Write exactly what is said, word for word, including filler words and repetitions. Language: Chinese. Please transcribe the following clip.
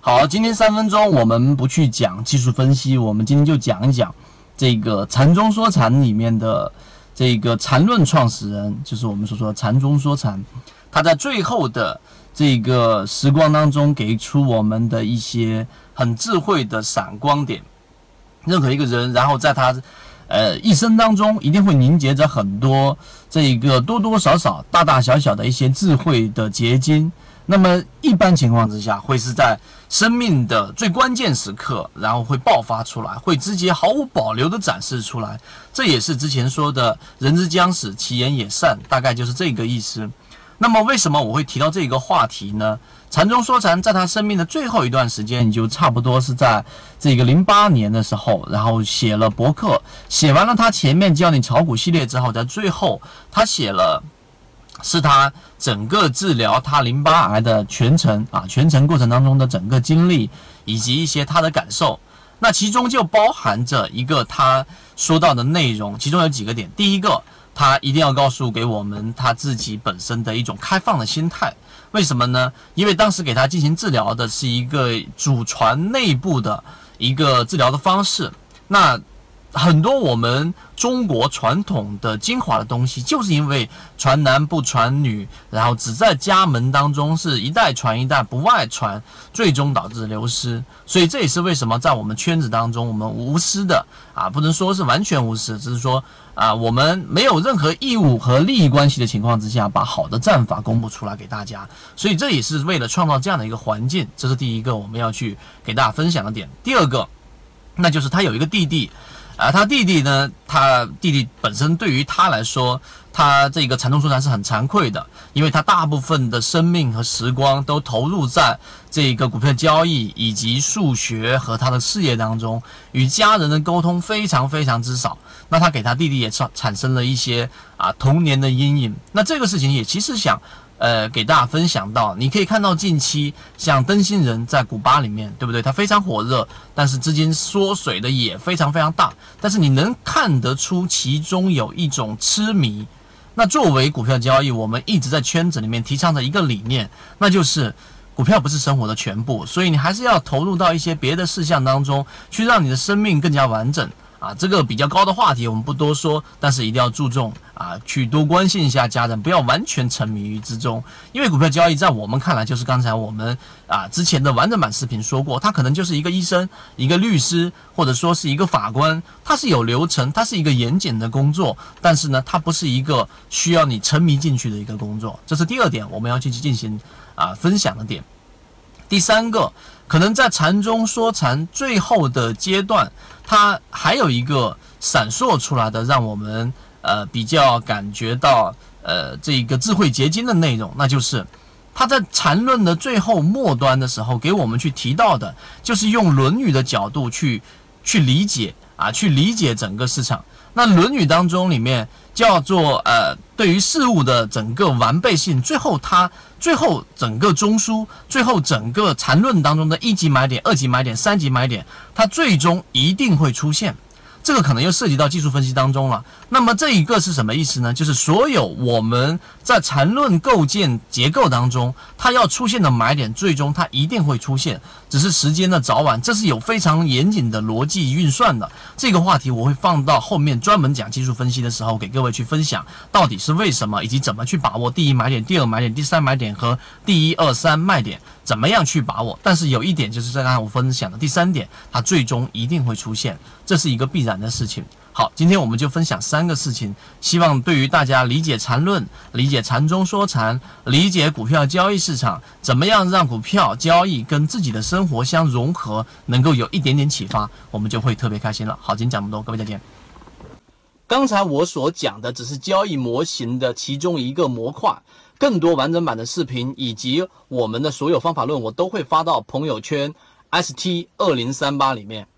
好，今天三分钟我们不去讲技术分析，我们今天就讲一讲这个禅中说禅里面的这个禅论创始人，就是我们所说的禅中说禅，他在最后的这个时光当中给出我们的一些很智慧的闪光点。任何一个人，然后在他呃一生当中一定会凝结着很多这个多多少少大大小小的一些智慧的结晶。那么一般情况之下会是在生命的最关键时刻，然后会爆发出来，会直接毫无保留的展示出来。这也是之前说的人之将死其言也善，大概就是这个意思。那么为什么我会提到这个话题呢？禅中说禅在他生命的最后一段时间，就差不多是在这个零八年的时候，然后写了博客，写完了他前面教你炒股系列之后，在最后他写了是他整个治疗他淋巴癌的全程啊，全程过程当中的整个经历以及一些他的感受。那其中就包含着一个他说到的内容，其中有几个点。第一个，他一定要告诉给我们他自己本身的一种开放的心态。为什么呢？因为当时给他进行治疗的是一个祖传内部的一个治疗的方式。那很多我们中国传统的精华的东西，就是因为传男不传女，然后只在家门当中是一代传一代，不外传，最终导致流失。所以这也是为什么在我们圈子当中，我们无私的啊，不能说是完全无私，只是说啊，我们没有任何义务和利益关系的情况之下，把好的战法公布出来给大家。所以这也是为了创造这样的一个环境，这是第一个我们要去给大家分享的点。第二个，那就是他有一个弟弟。啊，他弟弟呢？他弟弟本身对于他来说，他这个禅中说禅是很惭愧的，因为他大部分的生命和时光都投入在这个股票交易以及数学和他的事业当中，与家人的沟通非常非常之少。那他给他弟弟也产产生了一些啊童年的阴影。那这个事情也其实想。呃，给大家分享到，你可以看到近期像灯芯人在古巴里面，对不对？它非常火热，但是资金缩水的也非常非常大。但是你能看得出其中有一种痴迷。那作为股票交易，我们一直在圈子里面提倡着一个理念，那就是股票不是生活的全部，所以你还是要投入到一些别的事项当中，去让你的生命更加完整。啊，这个比较高的话题我们不多说，但是一定要注重啊，去多关心一下家人，不要完全沉迷于之中。因为股票交易在我们看来，就是刚才我们啊之前的完整版视频说过，它可能就是一个医生、一个律师，或者说是一个法官，它是有流程，它是一个严谨的工作，但是呢，它不是一个需要你沉迷进去的一个工作。这是第二点，我们要去进行啊分享的点。第三个，可能在禅中说禅最后的阶段，它还有一个闪烁出来的，让我们呃比较感觉到呃这个智慧结晶的内容，那就是他在禅论的最后末端的时候，给我们去提到的，就是用《论语》的角度去去理解啊，去理解整个市场。那《论语》当中里面叫做呃，对于事物的整个完备性，最后它最后整个中枢，最后整个禅论当中的一级买点、二级买点、三级买点，它最终一定会出现。这个可能又涉及到技术分析当中了。那么这一个是什么意思呢？就是所有我们在缠论构建结构当中，它要出现的买点，最终它一定会出现，只是时间的早晚，这是有非常严谨的逻辑运算的。这个话题我会放到后面专门讲技术分析的时候，给各位去分享到底是为什么，以及怎么去把握第一买点、第二买点、第三买点和第一、二、三卖点，怎么样去把握。但是有一点就是在刚才我分享的第三点，它最终一定会出现，这是一个必然的事情。好，今天我们就分享三个事情，希望对于大家理解禅论、理解禅中说禅、理解股票交易市场，怎么样让股票交易跟自己的生活相融合，能够有一点点启发，我们就会特别开心了。好，今天讲这么多，各位再见。刚才我所讲的只是交易模型的其中一个模块，更多完整版的视频以及我们的所有方法论，我都会发到朋友圈 S T 二零三八里面。